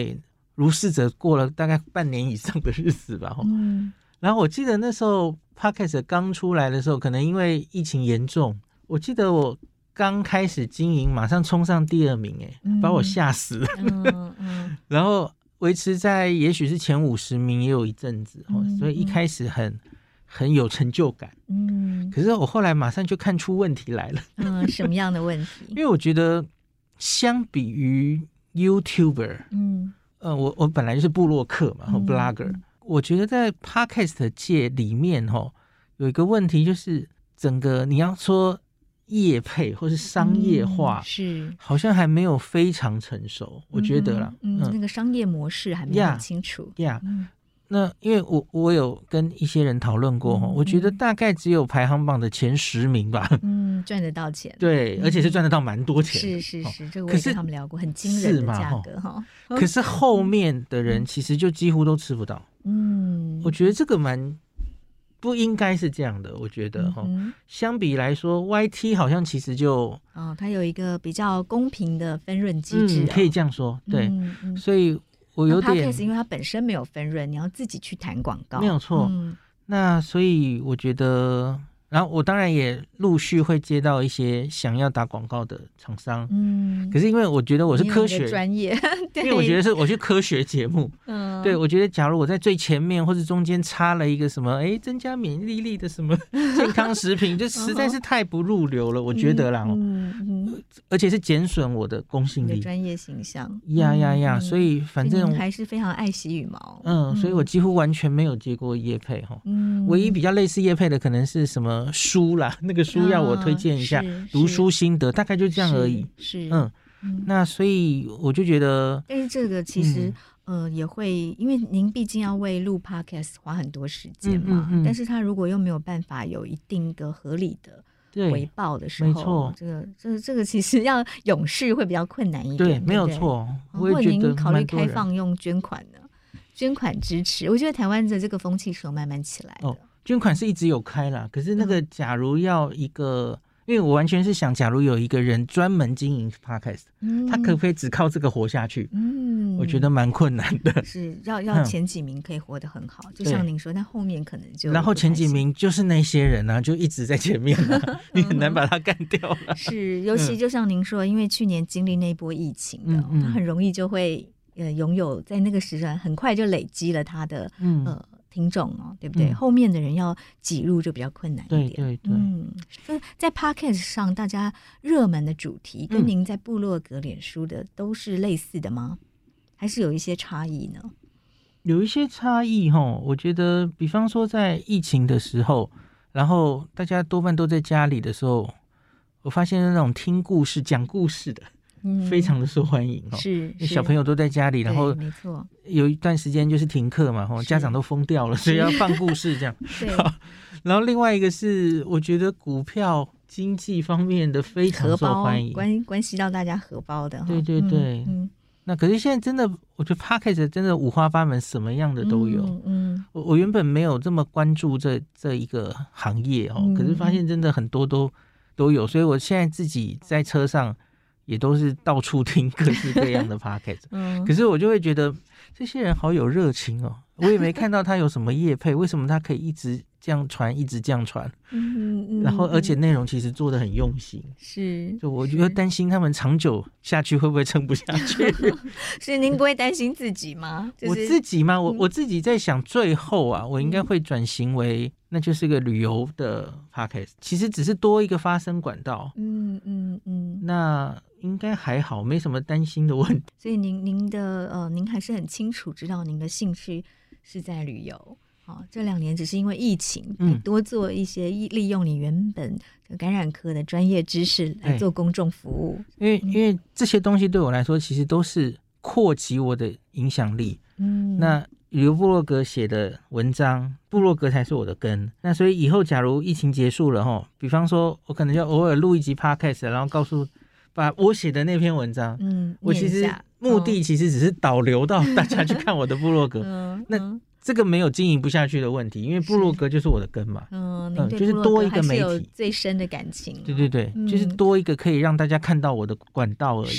如是者过了大概半年以上的日子吧。嗯，然后我记得那时候 Podcast 刚出来的时候，可能因为疫情严重，我记得我刚开始经营，马上冲上第二名，哎、嗯，把我吓死了。嗯嗯、然后维持在也许是前五十名也有一阵子，嗯、所以一开始很很有成就感。嗯，可是我后来马上就看出问题来了。
嗯，什么样的问题？
因为我觉得相比于 YouTuber， 嗯，呃，我我本来就是部落客嘛，嗯、blogger，嗯、我觉得在 Podcast 界里面哈，有一个问题就是整个你要说业配或是商业化，嗯、是好像还没有非常成熟，我觉得啦，
嗯，嗯那个商业模式还没有很清楚，
呀、yeah, yeah, 嗯。那因为我我有跟一些人讨论过、嗯、我觉得大概只有排行榜的前十名吧，
嗯，赚得到钱，
对、嗯，而且是赚得到蛮多钱，
是是是，这个我也跟他们聊过，很惊人的价格哈。
可是后面的人其实就几乎都吃不到，嗯，我觉得这个蛮不应该是这样的，我觉得哈、嗯，相比来说 ，Y T 好像其实就
哦，它有一个比较公平的分润机制、哦
嗯，可以这样说，对，嗯嗯、所以。我有点
Podcast 因为它本身没有分润，你要自己去谈广告，
没有错、嗯、那所以我觉得，然后我当然也陆续会接到一些想要打广告的厂商，嗯，可是因为我觉得我是科学
专业，
因为我觉得是我是科学节目，嗯，对，我觉得假如我在最前面或是中间插了一个什么，哎，增加免疫力的什么健康食品，就实在是太不入流了，我觉得啦，嗯嗯，而且是减损我的公信力、
专业形象，
呀呀呀，所以反正
您还是非常爱惜羽毛，
嗯，所以我几乎完全没有接过业配哈，嗯，唯一比较类似业配的可能是什么书啦，那个书要我推荐一下，啊、读书心得，大概就这样而已，
是，是
嗯。嗯、那所以我就觉得，
但是这个其实、嗯、呃也会，因为您毕竟要为录 podcast 花很多时间嘛、嗯嗯嗯，但是他如果又没有办法有一定的合理的回报的时候，
没错，
这个这这个其实要永续会比较困难一点，
对，没有错。我也觉得，
您考虑开放用捐款呢？捐款支持，我觉得台湾的这个风气是有慢慢起来的。哦，
捐款是一直有开啦，可是那个假如要一个。嗯，因为我完全是想，假如有一个人专门经营 podcast，、嗯、他可不可以只靠这个活下去？嗯，我觉得蛮困难的。
是要要前几名可以活得很好，嗯、就像您说，但后面可能就
然后前几名就是那些人啊，就一直在前面啊，你很难把他干掉了。
是，尤其就像您说，因为去年经历那波疫情的，嗯、他很容易就会呃拥有在那个时段很快就累积了他的、嗯、呃。听众哦，对不对、嗯？后面的人要挤入就比较困难一点。
对对对，
嗯，就是在 Podcast 上，大家热门的主题跟您在部落格、脸书的都是类似的吗？还是有一些差异呢？
有一些差异哈，我觉得，比方说在疫情的时候，然后大家多半都在家里的时候，我发现那种听故事、讲故事的。嗯、非常的受欢迎哦，
是
小朋友都在家里，然后
没错，
有一段时间就是停课嘛，家长都疯掉了，所以要放故事这样。对，然后另外一个是，我觉得股票经济方面的非常受欢迎，
关关系到大家荷包的。
对对对，嗯，那可是现在真的，我觉得 Podcast 真的五花八门，什么样的都有。嗯，嗯我我原本没有这么关注这这一个行业哦、嗯，可是发现真的很多都都有，所以我现在自己在车上。也都是到处听各式各样的 podcast、嗯、可是我就会觉得这些人好有热情哦，我也没看到他有什么业配为什么他可以一直这样传一直这样传、嗯嗯、然后而且内容其实做得很用心，
是
就我觉得担心他们长久下去会不会撑不下去
所以您不会担心自己吗、就是、
我自己吗？我我自己在想最后啊我应该会转型为那就是个旅游的 podcast， 其实只是多一个发声管道，嗯嗯嗯，那应该还好，没什么担心的问题。
所以您您的呃，您还是很清楚知道您的兴趣是在旅游。哦、这两年只是因为疫情，嗯，多做一些利用你原本感染科的专业知识来做公众服务。
因为、嗯、因为这些东西对我来说，其实都是扩及我的影响力。嗯，那旅游部落格写的文章，部落格才是我的根。那所以以后假如疫情结束了哈，比方说我可能就偶尔录一集 podcast， 然后告诉把我写的那篇文章，嗯，我其实目的其实只是导流到大家去看我的部落格。嗯，那。嗯这个没有经营不下去的问题，因为部落格就是我的根嘛，
嗯，
嗯就是多一个媒体，
有最深的感情、哦，
对对对、嗯，就是多一个可以让大家看到我的管道而已。
是。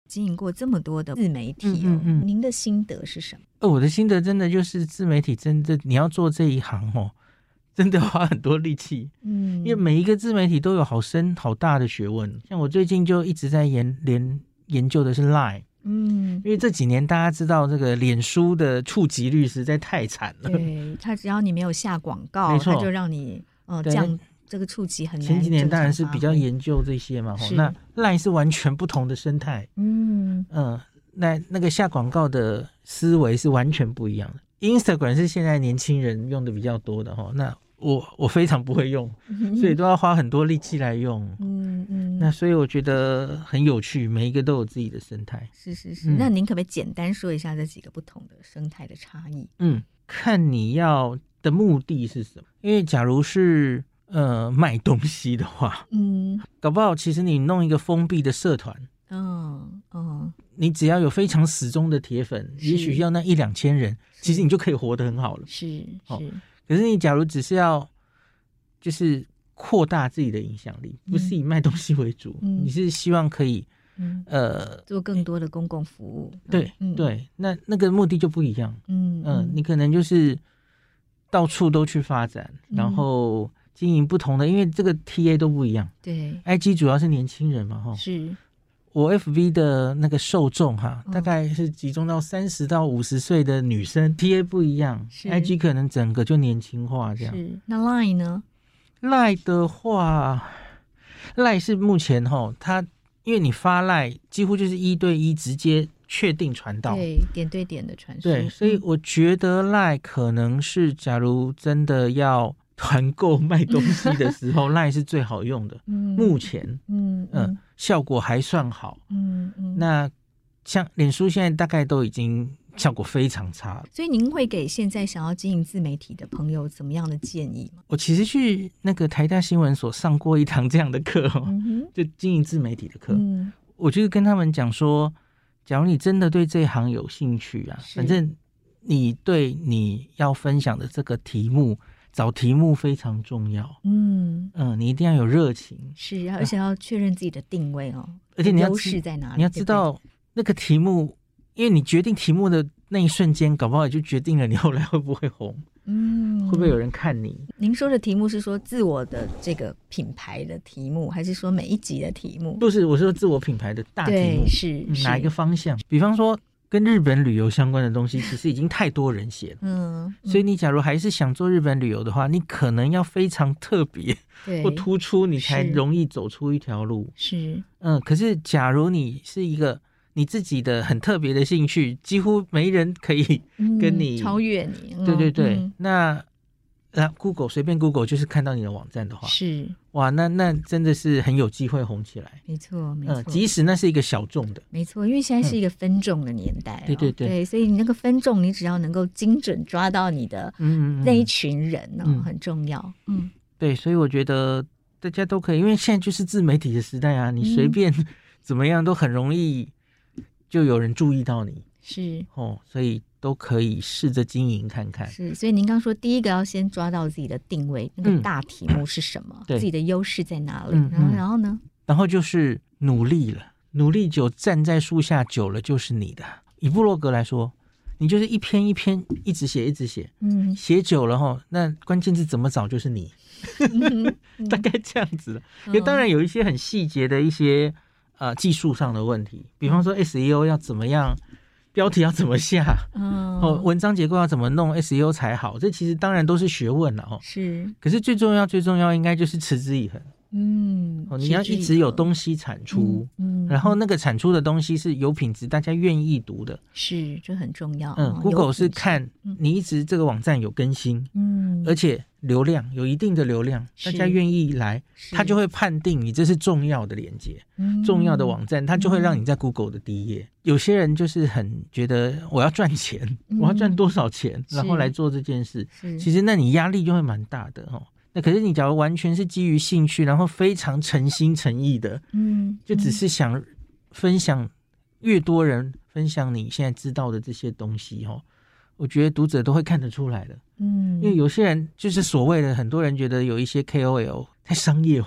经营过这么多的自媒体哦，嗯嗯嗯您的心得是什么？
呃，我的心得真的就是自媒体真的你要做这一行哦，真的花很多力气，嗯，因为每一个自媒体都有好深好大的学问。像我最近就一直在研研研究的是 Line， 嗯，因为这几年大家知道这个脸书的触及率实在太惨了，
对，它只要你没有下广告，没错，它就让你呃降这个触及很难。
前几年当然是比较研究这些嘛，那 Line 是完全不同的生态，嗯嗯、呃，那那个下广告的思维是完全不一样的。Instagram 是现在年轻人用的比较多的哈，那我我非常不会用，所以都要花很多力气来用。嗯嗯，那所以我觉得很有趣，每一个都有自己的生态。
是是是，嗯、那您可不可以简单说一下这几个不同的生态的差异？
嗯，看你要的目的是什么。因为假如是呃卖东西的话，嗯，搞不好其实你弄一个封闭的社团，嗯嗯，你只要有非常死忠的铁粉，也许要那一两千人，其实你就可以活得很好了。
是是。
哦，可是你假如只是要就是扩大自己的影响力，不是以卖东西为主，嗯、你是希望可以、嗯、呃
做更多的公共服务，
对、嗯、对，那那个目的就不一样。嗯嗯、呃，你可能就是到处都去发展，嗯、然后经营不同的，因为这个 T A 都不一样。
对
，I G 主要是年轻人嘛，哈，
是。
我 F B 的那个受众哈，大概是集中到三十到五十岁的女生、嗯、，T A 不一样 ，I G 可能整个就年轻化这样。
是，那 Line 呢
？Line 的话 ，Line 是目前哈，它因为你发 Line 几乎就是一对一直接确定传到，
对，点对点的传输。
对，所以我觉得 Line 可能是，假如真的要团购卖东西的时候，Line 是最好用的。嗯，目前，嗯嗯、呃，效果还算好。嗯嗯，那像脸书现在大概都已经效果非常差了。
所以您会给现在想要经营自媒体的朋友怎么样的建议吗？
我其实去那个台大新闻所上过一堂这样的课、哦嗯、就经营自媒体的课。嗯，我就是跟他们讲说，假如你真的对这一行有兴趣啊，反正你对你要分享的这个题目。找题目非常重要，嗯嗯，你一定要有热情，
是，而且要确认自己的定位哦，
而且你要
优势在哪里？
你要知道那个题目，因为你决定题目的那一瞬间，搞不好也就决定了你后来会不会红，嗯，会不会有人看你？
您说的题目是说自我的这个品牌的题目，还是说每一集的题目？
不是，我说自我品牌的大题目，
是、
嗯、哪一个方向？比方说。跟日本旅游相关的东西其实已经太多人写了，嗯，所以你假如还是想做日本旅游的话，你可能要非常特别或突出，你才容易走出一条路。
是，
嗯，可是假如你是一个你自己的很特别的兴趣，几乎没人可以跟你、
嗯、超越你。
对对对，嗯、那那 Google 随便 Google 就是看到你的网站的话，
是
哇，那那真的是很有机会红起来。
没错，没错、嗯，
即使那是一个小众的，
没错，因为现在是一个分众的年代、哦嗯，
对对对，
对，所以你那个分众，你只要能够精准抓到你的那一群人哦，嗯、很重要。嗯，
对，所以我觉得大家都可以，因为现在就是自媒体的时代啊，你随便怎么样都很容易就有人注意到你，
是
哦，所以。都可以试着经营看看。
是，所以您刚说第一个要先抓到自己的定位，那个大题目是什么，嗯、自己的优势在哪里、嗯然后，然后呢？
然后就是努力了，努力久，站在树下久了就是你的。以部落格来说，你就是一篇一篇一直写一直写，嗯，写久了齁，那关键字怎么找就是你，嗯、大概这样子。因为当然有一些很细节的一些呃技术上的问题，比方说 S E O 要怎么样。标题要怎么下、嗯哦、文章结构要怎么弄 S E O 才好，这其实当然都是学问了、哦、
是，
可是最重要最重要应该就是持之以恒。嗯、哦，你要一直有东西产出，嗯，嗯然后那个产出的东西是有品质，大家愿意读的，
是，这很重要。
嗯 ，Google 是看你一直这个网站有更新，嗯，而且流量有一定的流量，大家愿意来，他就会判定你这是重要的连接，重要的网站，他就会让你在 Google 的第一页。嗯、有些人就是很觉得我要赚钱，嗯、我要赚多少钱，然后来做这件事，其实那你压力就会蛮大的哦。那可是你假如完全是基于兴趣，然后非常诚心诚意的，嗯，就只是想分享，越多人分享你现在知道的这些东西哦，我觉得读者都会看得出来的，嗯，因为有些人就是所谓的很多人觉得有一些 K O L 太商业化了，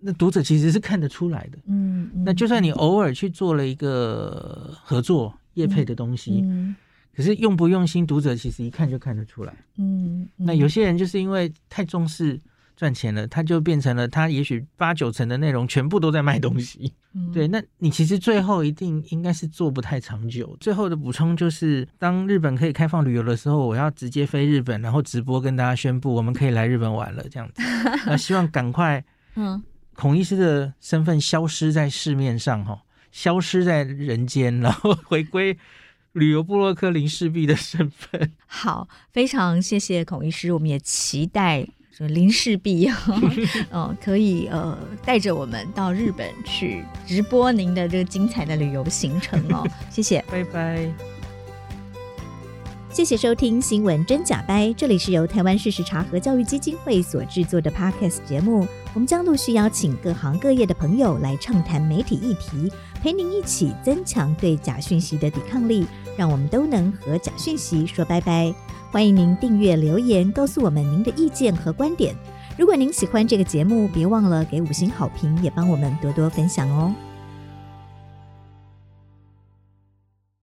那读者其实是看得出来的。嗯，嗯那就算你偶尔去做了一个合作业配的东西，嗯嗯、可是用不用心，读者其实一看就看得出来。嗯，嗯那有些人就是因为太重视赚钱了，他就变成了他也许八九成的内容全部都在卖东西。嗯、对，那你其实最后一定应该是做不太长久。最后的补充就是，当日本可以开放旅游的时候，我要直接飞日本，然后直播跟大家宣布我们可以来日本玩了，这样子。那希望赶快，嗯，孔医师的身份消失在市面上，哈，消失在人间，然后回归旅游部落客林氏璧的身份。
好，非常谢谢孔医师，我们也期待林氏璧哦，可以呃带着我们到日本去直播您的这个精彩的旅游行程哦，谢谢，
拜拜。
谢谢收听新闻真假掰，这里是由台湾事实查核教育基金会所制作的 Podcast 节目，我们将陆续邀请各行各业的朋友来畅谈媒体议题，陪您一起增强对假讯息的抵抗力，让我们都能和假讯息说拜拜。欢迎您订阅留言告诉我们您的意见和观点，如果您喜欢这个节目，别忘了给五星好评，也帮我们多多分享哦。